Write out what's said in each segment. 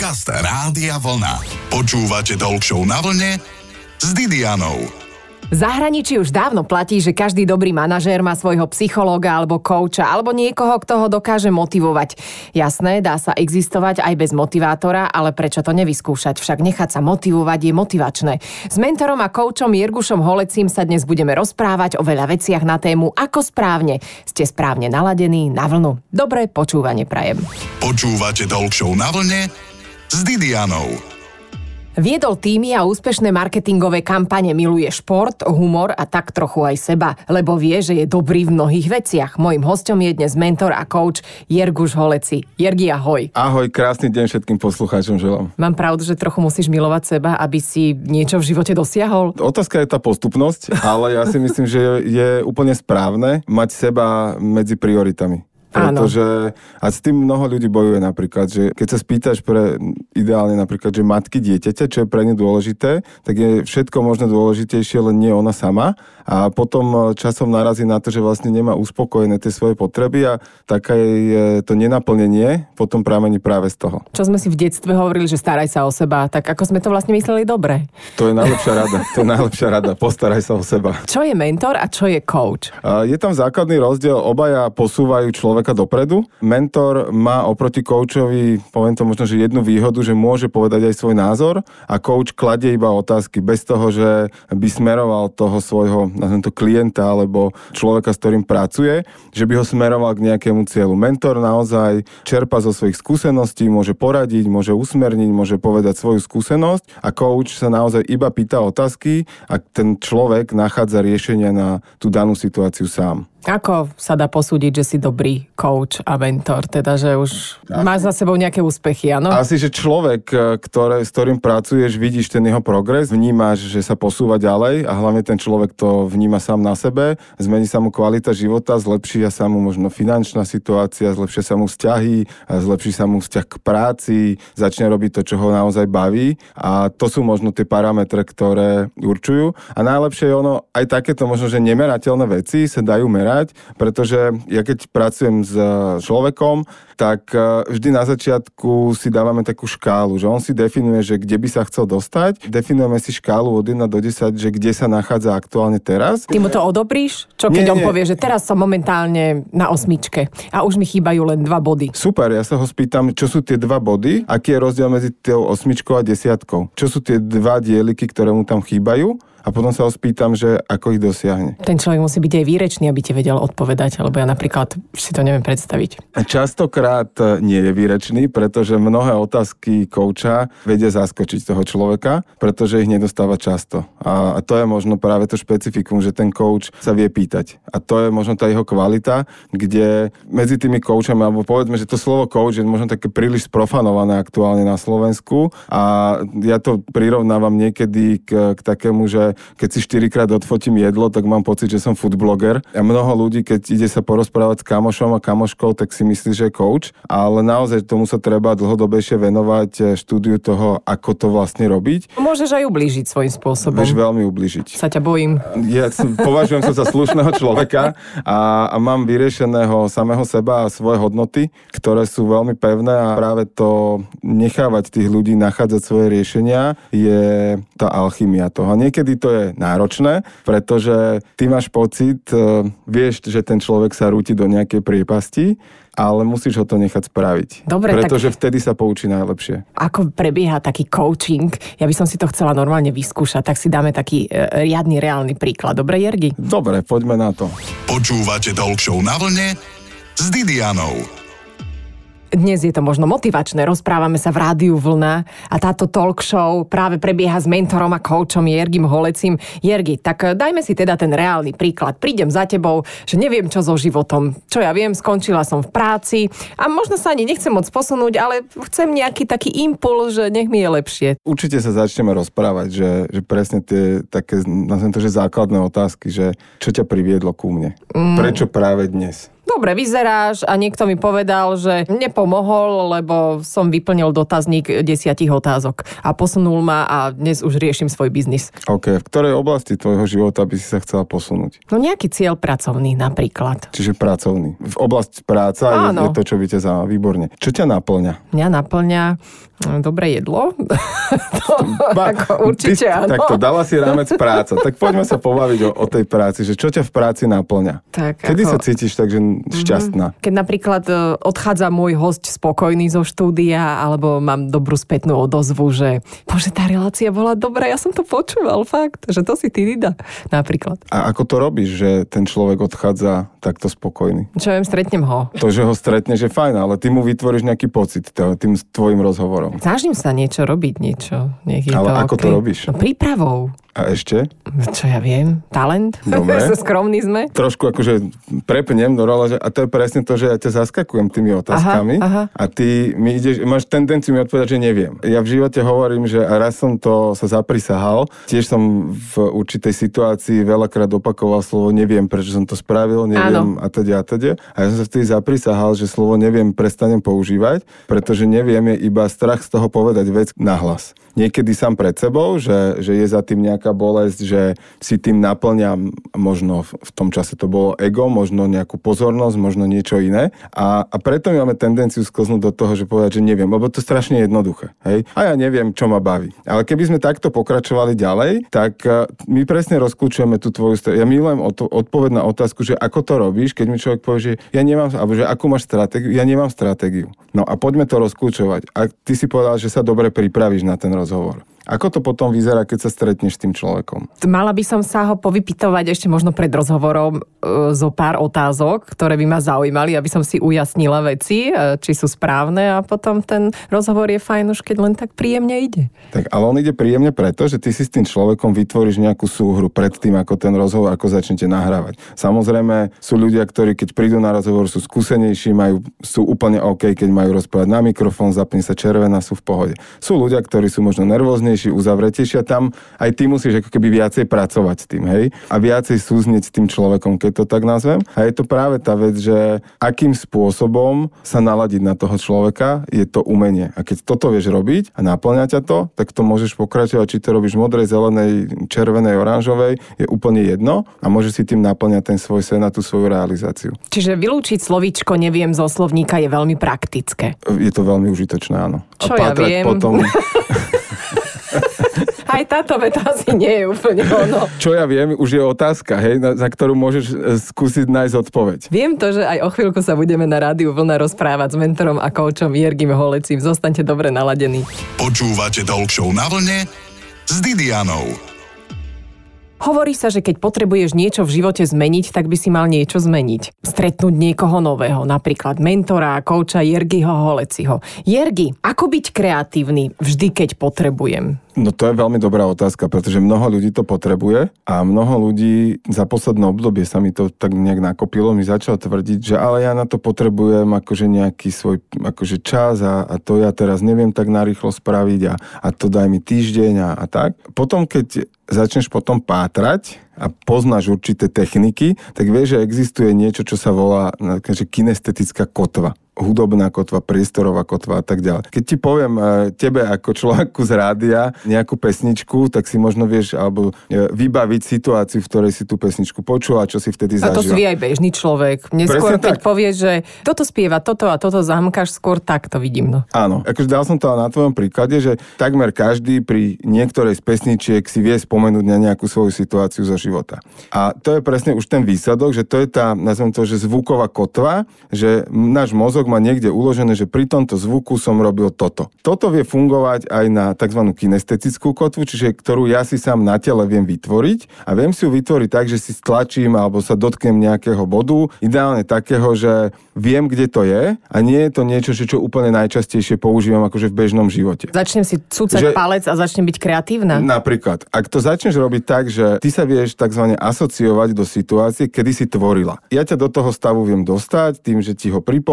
Podcast Rádia Vlna. Počúvate Talk Show na vlne s Didianou. V zahraničí už dávno platí, že každý dobrý manažér má svojho psychológa alebo kouča, alebo niekoho, kto ho dokáže motivovať. Jasné, dá sa existovať aj bez motivátora, ale prečo to nevyskúšať? Však nechať sa motivovať je motivačné. S mentorom a koučom Jirgušom Holecím sa dnes budeme rozprávať o veľa veciach na tému Ako správne. Ste správne naladení na vlnu. Dobré počúvanie prajem. Počúvate Talk Show na vlne s Didianou. Viedol týmy a úspešné marketingové kampane, miluje šport, humor a tak trochu aj seba, lebo vie, že je dobrý v mnohých veciach. Mojím hosťom je dnes mentor a coach Jirguš Holeci. Jirgi, ahoj. Ahoj, krásny deň všetkým poslucháčom želám. Mám pravdu, že trochu musíš milovať seba, aby si niečo v živote dosiahol? Otázka je tá postupnosť, ale ja si myslím, že je úplne správne mať seba medzi prioritami. Pretože a s tým mnoho ľudí bojuje napríklad, že keď sa spýtaš pre ideálne napríklad, že matky dieťaťa, čo je pre ne dôležité, tak je všetko možno dôležitejšie, len nie ona sama. A potom časom narazí na to, že vlastne nemá uspokojené tie svoje potreby a také je to nenaplnenie potom pramení práve z toho. Čo sme si v detstve hovorili, že staraj sa o seba, tak ako sme to vlastne mysleli dobre? To je najlepšia rada, postaraj sa o seba. Čo je mentor a čo je coach? Je tam základný rozdiel, obaja posúvajú človeka dopredu. Mentor má oproti coachovi, poviem to možno, že jednu výhodu, že môže povedať aj svoj názor a coach kladie iba otázky bez toho, že by smeroval toho svojho, nazvem to klienta alebo človeka, s ktorým pracuje, že by ho smeroval k nejakému cieľu. Mentor naozaj čerpa zo svojich skúseností, môže poradiť, môže usmerniť, môže povedať svoju skúsenosť a coach sa naozaj iba pýta otázky a ten človek nachádza riešenia na tú danú situáciu sám. Ako sa dá posúdiť, že si dobrý coach a mentor? Teda, že už máš za sebou nejaké úspechy, áno? Asi, že človek, s ktorým pracuješ, vidíš ten jeho progres, vnímaš, že sa posúva ďalej a hlavne ten človek to vníma sám na sebe, zmení sa mu kvalita života, zlepší sa mu možno finančná situácia, zlepšia sa mu vzťahy, zlepší sa mu vzťah k práci, začne robiť to, čo ho naozaj baví a to sú možno tie parametre, ktoré určujú. A najlepšie je ono, aj takéto možno, že nemerateľné veci sa dajú merať, pretože ja keď pracujem s človekom, tak vždy na začiatku si dávame takú škálu, že on si definuje, že kde by sa chcel dostať. Definujeme si škálu od 1 do 10, že kde sa nachádza aktuálne teraz. Ty mu to odobríš? Čo keď on povie, že teraz som momentálne na 8 a už mi chýbajú len 2 body? Super, ja sa ho spýtam, čo sú tie 2 body, aký je rozdiel medzi tou 8 a 10. Čo sú tie 2 dieliky, ktoré mu tam chýbajú? A potom sa ho spýtam, že ako ich dosiahne. Ten človek musí byť aj výrečný, aby ti vedel odpovedať, lebo ja napríklad si to neviem predstaviť. Častokrát nie je výrečný, pretože mnohé otázky kouča vedia zaskočiť toho človeka, pretože ich nedostáva často. A to je možno práve to špecifikum, že ten kouč sa vie pýtať. A to je možno tá jeho kvalita, kde medzi tými koučami, alebo povedzme, že to slovo kouč je možno také príliš sprofanované aktuálne na Slovensku a ja to prirovnávam niekedy k takému, že keď si 4-krát odfotím jedlo, tak mám pocit, že som food blogger. A mnoho ľudí, keď ide sa porozprávať s kamošom a kamoškou, tak si myslí, že je coach, ale naozaj tomu sa treba dlhodobejšie venovať štúdiu toho, ako to vlastne robiť. Môžeš aj ublížiť svojím spôsobom. Vieš veľmi ublížiť. Sa ťa bojím. Ja považujem sa za slušného človeka a mám vyriešeného samého seba a svoje hodnoty, ktoré sú veľmi pevné a práve to nechávať tých ľudí nachádzať svoje riešenia je tá alchymia toho. Niekedy to je náročné, pretože ty máš pocit, vieš, že ten človek sa rúti do nejakej priepasti, ale musíš ho to nechať spraviť. Dobre, pretože vtedy sa poučí najlepšie. Ako prebieha taký coaching? Ja by som si to chcela normálne vyskúšať, tak si dáme taký riadny, reálny príklad. Dobre, Jirgi? Dobre, poďme na to. Počúvate Talk Show na vlne s Didianou. Dnes je to možno motivačné, rozprávame sa v Rádiu Vlna a táto talk show práve prebieha s mentorom a coachom Jirgim Holecím. Jirgi, tak dajme si teda ten reálny príklad. Prídem za tebou, že neviem čo so životom. Čo ja viem, skončila som v práci a možno sa ani nechcem moc posunúť, ale chcem nejaký taký impuls, že nech mi je lepšie. Určite sa začneme rozprávať, že presne tie také, nazvem to, že základné otázky, že čo ťa priviedlo ku mne? Prečo práve dnes? dobre vyzeráš a niekto mi povedal, že nepomohol, lebo som vyplnil dotazník 10 otázok a posunul ma a dnes už riešim svoj biznis. OK, v ktorej oblasti tvojho života by si sa chcela posunúť? No nejaký cieľ pracovný napríklad. Čiže pracovný. V oblasti práca je to, čo by ťa zaujíma. Výborne. Čo ťa naplňa? Mňa naplňa dobré jedlo. Určite áno. Tak to dala si rámec práca. Tak poďme sa pobaviť o tej práci, že čo ťa v práci naplňa? Kedy sa cítiš takže šťastná? Keď napríklad odchádza môj hosť spokojný zo štúdia, alebo mám dobrú spätnú odozvu, že bože, tá relácia bola dobrá, ja som to počúval, fakt, že to si ty Dida, napríklad. A ako to robíš, že ten človek odchádza takto spokojný? Čo viem, stretnem ho. To, že ho stretneš, je fajn, ale ty mu vytvoríš nejaký pocit tým tvojim rozhovorom. Snažím sa niečo robiť, niečo. Ale ako to robíš? No, prípravou. A ešte? Čo ja viem? Talent? Dobre. Skromný sme. Trošku akože prepnem do rola, a to je presne to, že ja ťa zaskakujem tými otázkami. Aha. A ty mi ideš, máš tendenciu mi odpovedať, že neviem. Ja v živote hovorím, že raz som to sa zaprisahal, tiež som v určitej situácii veľakrát opakoval slovo neviem, prečo som to spravil, neviem a teda. A ja som sa vtedy zaprisahal, že slovo neviem prestanem používať, pretože neviem je iba strach z toho povedať vec nahlas. Niekedy sám pred sebou, že je za tým nejaká bolesť, že si tým naplňam, možno v tom čase to bolo ego, možno nejakú pozornosť, možno niečo iné. A preto my máme tendenciu sklznúť do toho, že povedať, že neviem, lebo to je strašne jednoduché. Hej? A ja neviem, čo ma baví. Ale keby sme takto pokračovali ďalej, tak my presne rozkľúčujeme tú tvoju ja milujem odpoveď na otázku, že ako to robíš, keď mi človek povie, že ja nemám, alebo že akú máš stratégiu, ja nemám stratégiu. No a poďme to rozkľúčovať. A ty si povedal, že sa dobre pripravíš na ten rozhovor. Ako to potom vyzerá, keď sa stretneš s tým človekom? Mala by som sa ho povypytovať ešte možno pred rozhovorom zo pár otázok, ktoré by ma zaujímali, aby som si ujasnila veci, či sú správne a potom ten rozhovor je fajn už keď len tak príjemne ide. Tak ale on ide príjemne preto, že ty si s tým človekom vytvoríš nejakú súhru pred tým, ako ten rozhovor, ako začnete nahrávať. Samozrejme sú ľudia, ktorí keď prídu na rozhovor sú skúsenejší, sú úplne OK, keď majú rozprávať na mikrofón, zapne sa červená, sú v pohode. Sú ľudia, ktorí sú možno nervóznejší, uzavretejšia, tam aj ty musíš ako keby viacej pracovať s tým, hej? A viacej súznieť s tým človekom, keď to tak nazvem. A je to práve tá vec, že akým spôsobom sa naladiť na toho človeka, je to umenie. A keď toto vieš robiť a naplňa ťa to, tak to môžeš pokračovať, či to robíš modrej, zelenej, červenej, oranžovej, je úplne jedno a môžeš si tým naplňať ten svoj sen a tú svoju realizáciu. Čiže vylúčiť slovíčko neviem zo slovníka je veľmi praktické. Je to veľmi užitočné, áno. Čo ja viem? Potom... Aj táto veta asi nie je úplne ono. Čo ja viem, už je otázka, hej, za ktorú môžeš skúsiť nájsť odpoveď. Viem to, že aj o chvíľku sa budeme na Rádiu Vlna rozprávať s mentorom a koučom Jirgim Holecím. Zostaňte dobre naladení. Počúvate Talk Show na vlne s Didianou. Hovorí sa, že keď potrebuješ niečo v živote zmeniť, tak by si mal niečo zmeniť. Stretnúť niekoho nového, napríklad mentora a kouča Jirgiho Holeciho. Jirgi, ako byť kreatívny vždy, keď potrebujem? No to je veľmi dobrá otázka, pretože mnoho ľudí to potrebuje a mnoho ľudí za posledné obdobie sa mi to tak nejak nakopilo, mi začal tvrdiť, že ale ja na to potrebujem akože nejaký svoj akože čas a to ja teraz neviem tak narýchlo spraviť a to daj mi týždeň a tak. Potom keď začneš potom pátrať a poznáš určité techniky, tak vieš, že existuje niečo, čo sa volá kinestetická kotva. Hudobná kotva, priestorová kotva a tak ďalej. Keď ti poviem tebe ako človeku z rádia nejakú pesničku, tak si možno vieš alebo vybaviť situáciu, v ktorej si tú pesničku počula, čo si vtedy zažil. A to si aj bežný človek. Neskôr, keď povieš, že toto spieva, toto a toto zamkáš, skôr tak to vidím. No. Áno, akože dal som to na tvojom príklade, že takmer každý pri niektorej z pesničiek si vie spomenúť na nejakú svoju situáciu zo života. A to je presne už ten výsledok, že to je tá, nazvem to, že zvuková kotva, že náš mozog má niekde uložené, že pri tomto zvuku som robil toto. Toto vie fungovať aj na tzv. Kinestetickú kotvu, čiže ktorú ja si sám na tele viem vytvoriť a viem si ju vytvoriť tak, že si stlačím alebo sa dotknem nejakého bodu, ideálne takého, že viem, kde to je a nie je to niečo, čo úplne najčastejšie používam akože v bežnom živote. Začnem si cúcať palec a začnem byť kreatívna? Napríklad. Ak to začneš robiť tak, že ty sa vieš tzv. Asociovať do situácie, kedy si tvorila. Ja ťa do toho stavu viem dostať tým, že ti ho pripomeniem,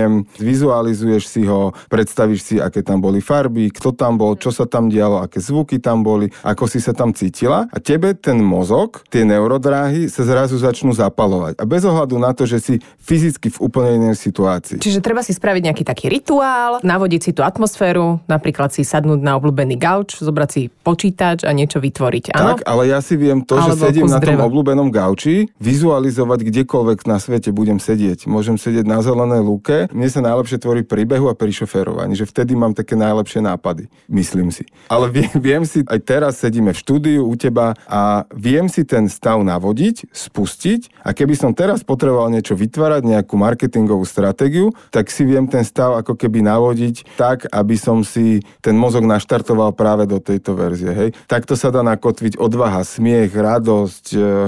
neviem, vizualizuješ si ho, predstavíš si, aké tam boli farby, kto tam bol, čo sa tam dialo, aké zvuky tam boli, ako si sa tam cítila a tebe ten mozog, tie neurodráhy sa zrazu začnú zapalovať. A bez ohľadu na to, že si fyzicky v úplne inej situácii. Čiže treba si spraviť nejaký taký rituál, navodiť si tú atmosféru, napríklad si sadnúť na obľúbený gauč, zobrať si počítač a niečo vytvoriť. Áno? Tak, ale ja si viem to, že sedím na tom obľúbenom gauči, vizualizovať kdekoľvek na svete budem sedieť. Môžem sedieť na zelenej lúke. Mne sa najlepšie tvorí pri behu a pri šoférovaní, že vtedy mám také najlepšie nápady, myslím si. Ale viem si, aj teraz sedíme v štúdiu u teba a viem si ten stav navodiť, spustiť a keby som teraz potreboval niečo vytvárať, nejakú marketingovú stratégiu, tak si viem ten stav ako keby navodiť tak, aby som si ten mozog naštartoval práve do tejto verzie. Hej. Takto sa dá nakotviť odvaha, smiech, radosť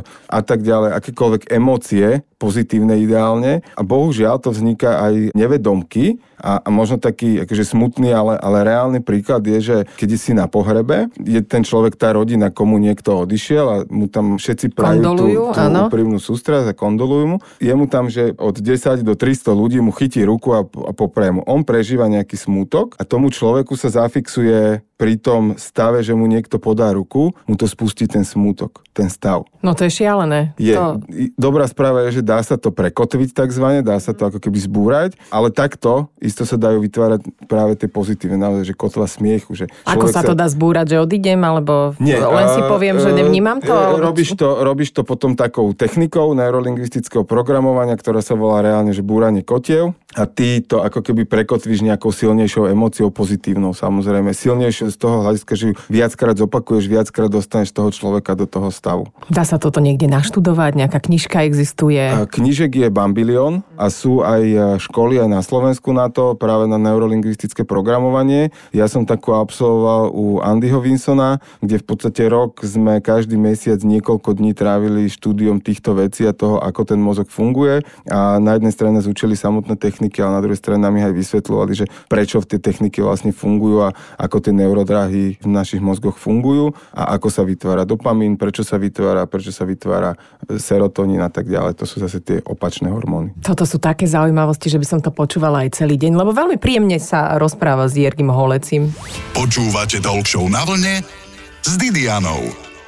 a tak ďalej, akékoľvek emócie, pozitívne ideálne. A bohužiaľ to vzniká aj nevedomky a možno taký akože smutný, ale reálny príklad je, že keď si na pohrebe, je ten človek, tá rodina, komu niekto odišiel a mu tam všetci prajú tú úprimnú sústrasť a kondolujú mu. Je mu tam, že od 10 do 300 ľudí mu chytí ruku a popraje mu. On prežíva nejaký smútok a tomu človeku sa zafixuje pri tom stave, že mu niekto podá ruku, mu to spustí ten smútok, ten stav. No to je šialené. Dobrá správa je, že dá sa to prekotviť takzvané, dá sa to ako keby zbúrať, ale takto isto sa dajú vytvárať práve tie pozitívne, naozaj, že kotva smiechu. Že ako sa to dá zbúrať, že odídem, alebo len si poviem, že nevnímam to? Robíš to potom takou technikou neurolingvistického programovania, ktorá sa volá reálne, že búranie kotiev a ty to ako keby prekotvíš nejakou silnejšou emóciou, pozitívnou samozrejme, silnejšou z toho hľadiska, že viackrát zopakuješ, viackrát dostaneš toho človeka do toho stavu. Dá sa toto niekde naštudovať? Nejaká knižka existuje? Knižek je bambilión a sú aj školy aj na Slovensku na to, práve na neurolingvistické programovanie. Ja som takú absolvoval u Andyho Winsona, kde v podstate rok sme každý mesiac niekoľko dní trávili štúdiom týchto vecí a toho, ako ten mozog funguje. A na jednej strane zúčili samotné techniky, ale na druhej strane nám ich aj vysvetľovali, že prečo tie techniky vlastne fungujú a ako tie neurodráhy v našich mozgoch fungujú a ako sa vytvára dopamín, prečo sa vytvára serotonín a tak ďalej. To sú zase tie opačné hormóny. Toto sú také zaujímavosti, že by som to počúvala aj celý deň, lebo veľmi príjemne sa rozpráva s Jergym Holecím. Počúvate Talk Show na vlne s Didianou.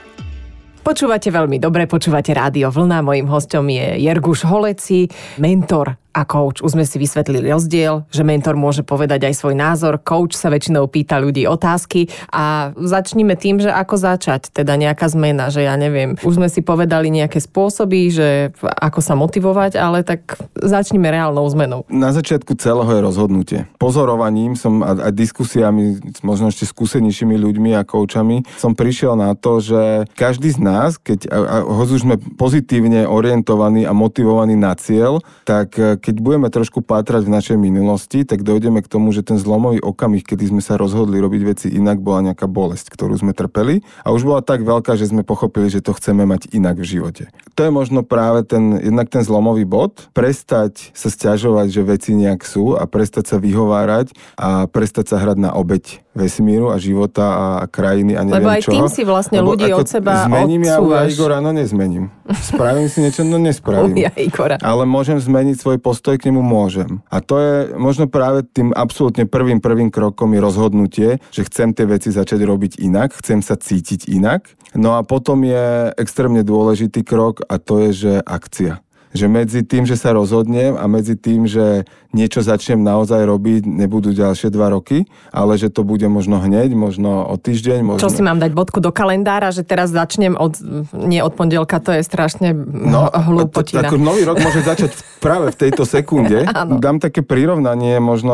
Počúvate veľmi dobre, počúvate Rádio Vlna. Mojím hosťom je Jerguš Holeci, mentor a coach. Už sme si vysvetlili rozdiel, že mentor môže povedať aj svoj názor, coach sa väčšinou pýta ľudí otázky a začníme tým, že ako začať, teda nejaká zmena, že ja neviem, už sme si povedali nejaké spôsoby, že ako sa motivovať, ale tak začnime reálnou zmenou. Na začiatku celého je rozhodnutie. Pozorovaním som a diskusiami s možno ešte skúsenejšími ľuďmi a coachami som prišiel na to, že každý z nás, keď ho už sme pozitívne orientovaní a motivovaní na cieľ, tak keď budeme trošku pátrať v našej minulosti, tak dojdeme k tomu, že ten zlomový okamih, kedy sme sa rozhodli robiť veci inak, bola nejaká bolesť, ktorú sme trpeli a už bola tak veľká, že sme pochopili, že to chceme mať inak v živote. To je možno práve jednak ten zlomový bod, prestať sa sťažovať, že veci nejak sú a prestať sa vyhovárať a prestať sa hrať na obeť vesmíru a života a krajiny a neviem čo. Lebo aj tým si vlastne ľudí od seba zmením odsúvaš. Ja Igora, no nezmením. Spravím si niečo, no nespravím. Ale môžem zmeniť svoj postoj k nemu, môžem. A to je možno práve tým absolútne prvým krokom je rozhodnutie, že chcem tie veci začať robiť inak, chcem sa cítiť inak. No a potom je extrémne dôležitý krok a to je, že akcia. Že medzi tým, že sa rozhodnem a medzi tým, že niečo začnem naozaj robiť, nebudú ďalšie 2 roky, ale že to bude možno hneď, možno o týždeň. Možno... Čo si mám dať bodku do kalendára, že teraz začnem nie od pondelka, to je strašne hlúpotina. Ako nový rok môže začať práve v tejto sekunde. Dám také prirovnanie, možno,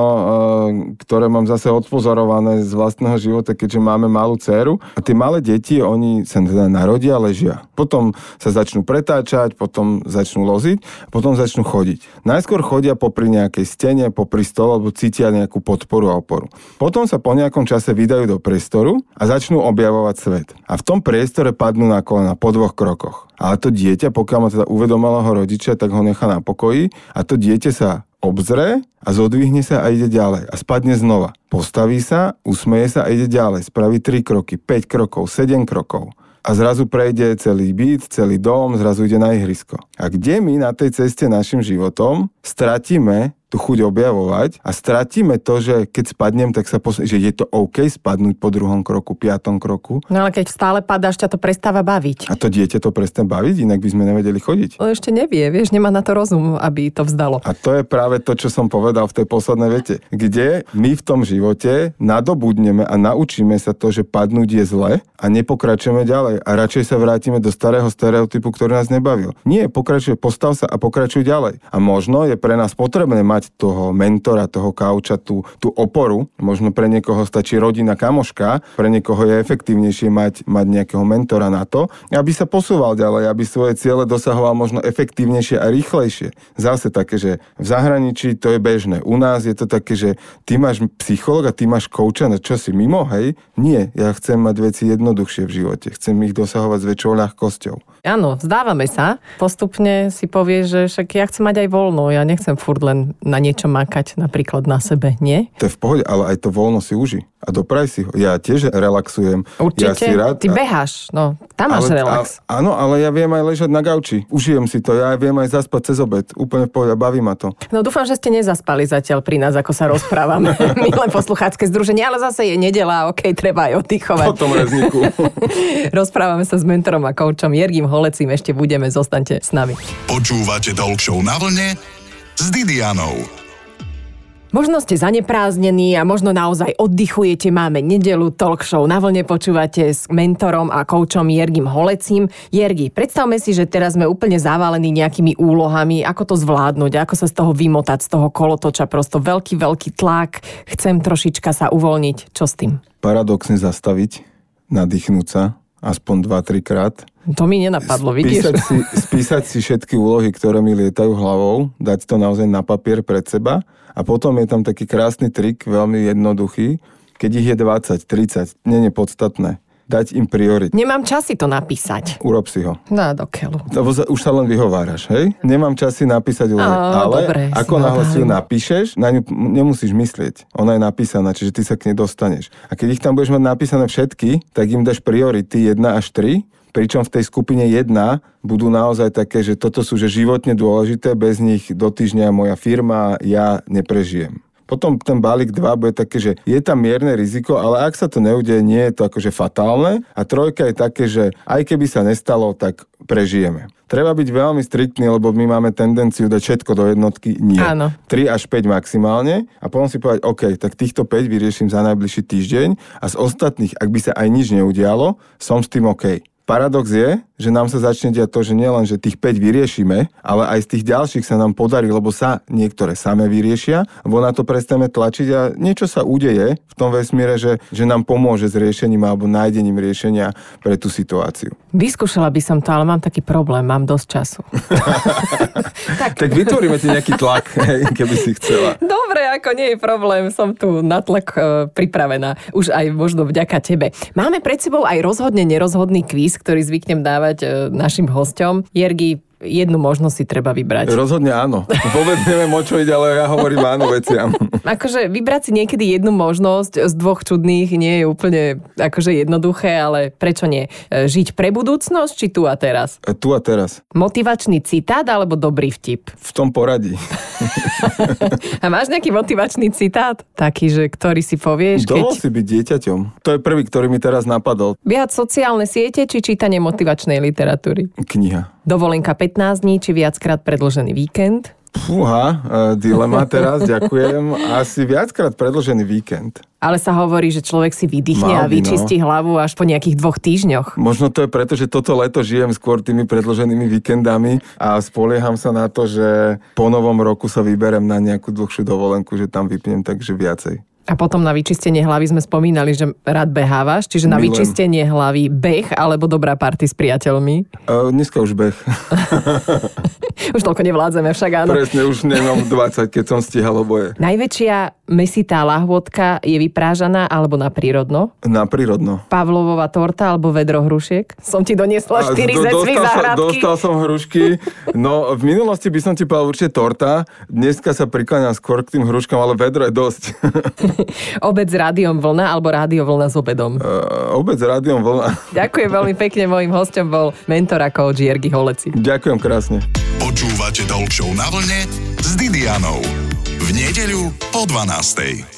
ktoré mám zase odpozorované z vlastného života, keďže máme malú dcéru. A tie malé deti, oni sa teda narodia, ležia. Potom sa začnú pretáčať, potom začnú loziť, potom začnú chodiť. Najskôr chodia popri nejakej stene, popri stole, alebo cítia nejakú podporu a oporu. Potom sa po nejakom čase vydajú do priestoru a začnú objavovať svet. A v tom priestore padnú na kolena po 2 krokoch. Ale to dieťa, pokiaľ má teda uvedomelého rodiča, tak ho nechá na pokoji a to dieťa sa obzrie a zodvihne sa a ide ďalej a spadne znova. Postaví sa, usmeje sa a ide ďalej. Spraví 3 kroky, 5 krokov, 7 krokov. A zrazu prejde celý byt, celý dom, zrazu ide na ihrisko. A kde my na tej ceste našim životom stratíme tú chuť objavovať a stratíme to, že keď spadnem, tak sa že je to OK spadnúť po 2. kroku, 5. kroku. No ale keď stále padáš, ťa to prestáva baviť. A to dieťa to prestane baviť, inak by sme nevedeli chodiť. On ešte nevie, vieš, nemá na to rozum, aby to vzdalo. A to je práve to, čo som povedal v tej poslednej vete. Kde my v tom živote nadobudneme a naučíme sa to, že padnúť je zle a nepokračujeme ďalej. A radšej sa vrátime do starého stereotypu, ktorý nás nebavil. Nie, postav sa a pokračuj ďalej. A možno je pre nás potrebné mať toho mentora, toho kauča, tú oporu. Možno pre niekoho stačí rodina, kamoška, pre niekoho je efektívnejšie mať nejakého mentora na to, aby sa posúval ďalej, aby svoje ciele dosahoval možno efektívnejšie a rýchlejšie. Zase také, že v zahraničí to je bežné. U nás je to také, že ty máš psychológa, ty máš kouča, čo si mimo, hej? Nie, ja chcem mať veci jednoduchšie v živote. Chcem ich dosahovať s väčšou ľahkosťou. Áno, vzdávame sa. Postupne si povieš, že však ja chcem mať aj voľno. Ja nechcem furt len na niečo makať, napríklad na sebe, nie? To je v pohode, ale aj to voľno si uži. A dopraj si ho. Ja tiež relaxujem. Určite. Ja si rád, ty beháš, no. Tam máš relax. Áno, ale ja viem aj ležať na gauči. Užijem si to. Ja viem aj zaspať cez obed. Úplne v pohode, baví ma to. No dúfam, že ste nezaspali zatiaľ pri nás, ako sa rozprávame. Milé posluchácke združenie, ale zase je nedeľa, okej, treba aj oddychovať. Po tom rezniku. Rozprávame sa s mentorom a koučom Jergym Holecím. Ešte budeme, zostaňte s nami. Počúvate Talk Show na vlne s Didianou. Možno ste zaneprázdnení a možno naozaj oddychujete, máme nedeľu, Talk Show na vlne počúvate s mentorom a koučom Jergym Holecím. Jergy, predstavme si, že teraz sme úplne zavalení nejakými úlohami, ako to zvládnuť, ako sa z toho vymotať, z toho kolotoča, prosto veľký tlak, chcem trošička sa uvoľniť. Čo s tým? Paradoxne zastaviť, nadýchnúť sa, aspoň 2-3 krát. To mi nenapadlo, vidíš? Spísať si všetky úlohy, ktoré mi lietajú hlavou, dať to naozaj na papier pred seba a potom je tam taký krásny trik, veľmi jednoduchý, keď ich je 20, 30, nie je podstatné. Dať im priority. Nemám čas si to napísať. Urob si ho. No, do keľu. Už sa len vyhováraš, hej? Nemám čas si napísať úlohy, ale dobre, ako náhle si ju napíšeš, na ňu nemusíš myslieť. Ona je napísaná, čiže ty sa k nej dostaneš. A keď ich tam budeš mať napísané všetky, tak im dáš priority 1 až 3, pričom v tej skupine 1 budú naozaj také, že toto sú že životne dôležité, bez nich do týždňa moja firma, ja neprežijem. Potom ten balík 2 bude také, že je tam mierne riziko, ale ak sa to neudeje, nie je to akože fatálne. A 3 je také, že aj keby sa nestalo, tak prežijeme. Treba byť veľmi striktný, lebo my máme tendenciu dať všetko do jednotky. Nie. Áno. 3 až 5 maximálne a potom si povedať, OK, tak týchto 5 vyrieším za najbližší týždeň a z ostatných, ak by sa aj nič neudialo, som s tým OK. Paradox je, že nám sa začne diať to, že nielen, že tých 5 vyriešime, ale aj z tých ďalších sa nám podarí, lebo sa niektoré samé vyriešia, lebo na to prestaneme tlačiť a niečo sa udeje v tom vesmíre, že nám pomôže s riešením alebo nájdením riešenia pre tú situáciu. Vyskúšala by som to, ale mám taký problém, mám dosť času. Tak vytvoríme ti nejaký tlak, keby si chcela. Dobre, ako nie je problém, som tu na tlak pripravená. Už aj možno vďaka tebe. Máme pred sebou aj rozhodne nerozhodný kvíz, ktorý zvyknem dávať našim hosťom. Jergy, jednu možnosť si treba vybrať. Rozhodne áno. Vôbec neviem, o čo ide, ale ja hovorím áno veciam. Akože vybrať si niekedy jednu možnosť z 2 čudných nie je úplne akože jednoduché, ale prečo nie? Žiť pre budúcnosť, či tu a teraz? Tu a teraz. Motivačný citát alebo dobrý vtip? V tom poradí. A máš nejaký motivačný citát? Taký, že ktorý si povieš, Dovol si byť dieťaťom. To je prvý, ktorý mi teraz napadol. Viac sociálne siete, či čítanie motivačnej literatúry? Kniha. Dovolenka 15 dní, či viackrát predĺžený víkend? Fúha, dilema teraz, ďakujem. Asi viackrát predĺžený víkend. Ale sa hovorí, že človek si vydýchne a vyčistí hlavu až po nejakých 2 týždňoch. Možno to je preto, že toto leto žijem skôr tými predĺženými víkendami a spolieham sa na to, že po novom roku sa vyberem na nejakú dlhšiu dovolenku, že tam vypnem takže viacej. A potom na vyčistenie hlavy sme spomínali, že rád behávaš, čiže na vyčistenie hlavy beh alebo dobrá party s priateľmi? Dneska už beh. Už toľko nevládzeme však, áno. Presne, už nemám 20, keď som stíhal oboje. Najväčšia mesitá lahôdka je vyprážaná alebo na prírodno? Na prírodno. Pavlovova torta alebo vedro hrušiek? Som ti doniesla 4 zecvy záhradky. Dostal som hrušky. No, v minulosti by som ti povedal určite torta. Dneska sa prikláňam skôr k tým hruškám, ale vedro je dosť. Obed s rádiom vlna alebo rádio vlna s obedom? Obed s rádiom vlna. Ďakujem veľmi pekne, mojím hosťom bol mentor a coach Jergy Holecím. Ďakujem krásne. Počúvate Talk Show na vlne s Didianou. V nedeľu po 12:00.